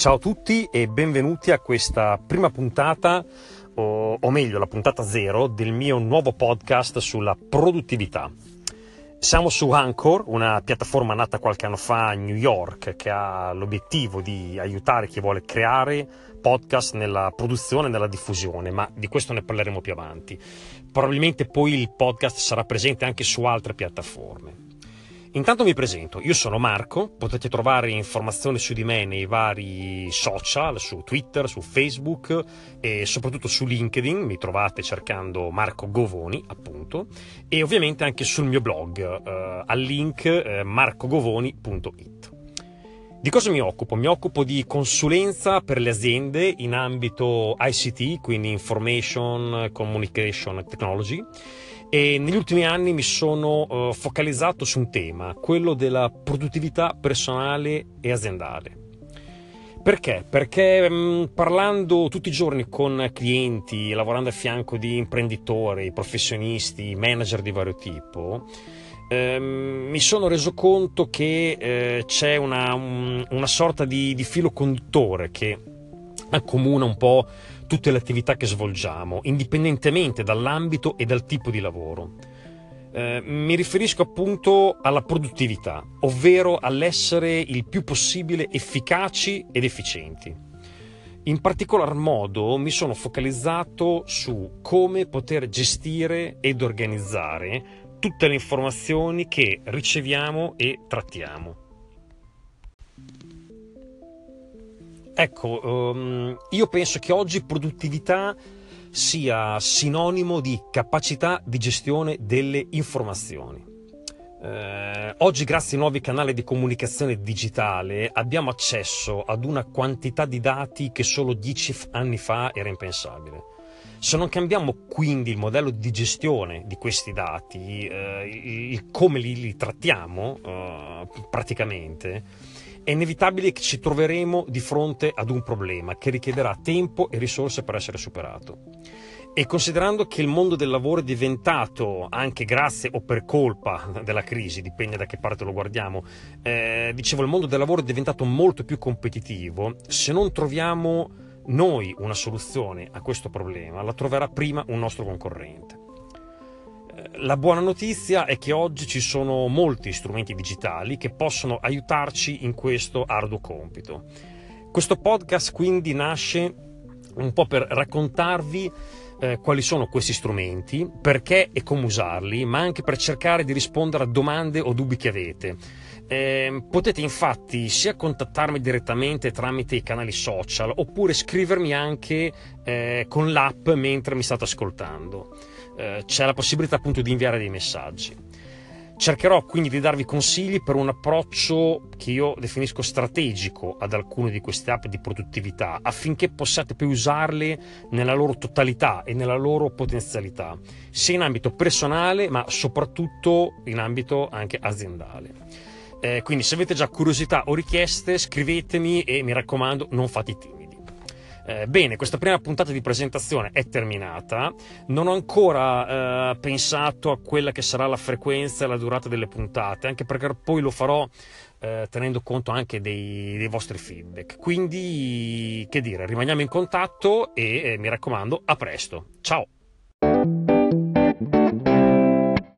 Ciao a tutti e benvenuti a questa prima puntata, o meglio la puntata 0 del mio nuovo podcast sulla produttività. Siamo su Anchor, una piattaforma nata qualche anno fa a New York che ha l'obiettivo di aiutare chi vuole creare podcast nella produzione e nella diffusione, ma di questo ne parleremo più avanti. Probabilmente poi il podcast sarà presente anche su altre piattaforme. Intanto mi presento, io sono Marco, potete trovare informazioni su di me nei vari social, su Twitter, su Facebook e soprattutto su LinkedIn, mi trovate cercando Marco Govoni, appunto, e ovviamente anche sul mio blog, al link marcogovoni.it. Di cosa mi occupo? Mi occupo di consulenza per le aziende in ambito ICT, quindi Information Communication Technology, e negli ultimi anni mi sono focalizzato su un tema, quello della produttività personale e aziendale. Perché? Perché parlando tutti i giorni con clienti, lavorando a fianco di imprenditori, professionisti, manager di vario tipo, mi sono reso conto che c'è una sorta di filo conduttore che accomuna un po' tutte le attività che svolgiamo, indipendentemente dall'ambito e dal tipo di lavoro. Mi riferisco appunto alla produttività, ovvero all'essere il più possibile efficaci ed efficienti. In particolar modo mi sono focalizzato su come poter gestire ed organizzare tutte le informazioni che riceviamo e trattiamo. Ecco, io penso che oggi produttività sia sinonimo di capacità di gestione delle informazioni. Oggi, grazie ai nuovi canali di comunicazione digitale, abbiamo accesso ad una quantità di dati che solo 10 anni fa era impensabile. Se non cambiamo quindi il modello di gestione di questi dati, il come li trattiamo praticamente, è inevitabile che ci troveremo di fronte ad un problema che richiederà tempo e risorse per essere superato. E considerando che il mondo del lavoro è diventato, anche grazie o per colpa della crisi, dipende da che parte lo guardiamo, il mondo del lavoro è diventato molto più competitivo, se non troviamo noi una soluzione a questo problema, la troverà prima un nostro concorrente. La buona notizia è che oggi ci sono molti strumenti digitali che possono aiutarci in questo arduo compito. Questo podcast quindi nasce un po' per raccontarvi quali sono questi strumenti, perché e come usarli, ma anche per cercare di rispondere a domande o dubbi che avete. Potete infatti sia contattarmi direttamente tramite i canali social oppure scrivermi anche con l'app mentre mi state ascoltando. C'è la possibilità appunto di inviare dei messaggi. Cercherò quindi di darvi consigli per un approccio che io definisco strategico ad alcune di queste app di produttività, affinché possiate poi usarle nella loro totalità e nella loro potenzialità, sia in ambito personale ma soprattutto in ambito anche aziendale. Quindi se avete già curiosità o richieste scrivetemi e mi raccomando non fate i timidi. Bene, questa prima puntata di presentazione è terminata, non ho ancora pensato a quella che sarà la frequenza e la durata delle puntate, anche perché poi lo farò tenendo conto anche dei vostri feedback. Quindi, che dire, rimaniamo in contatto e mi raccomando, a presto, ciao!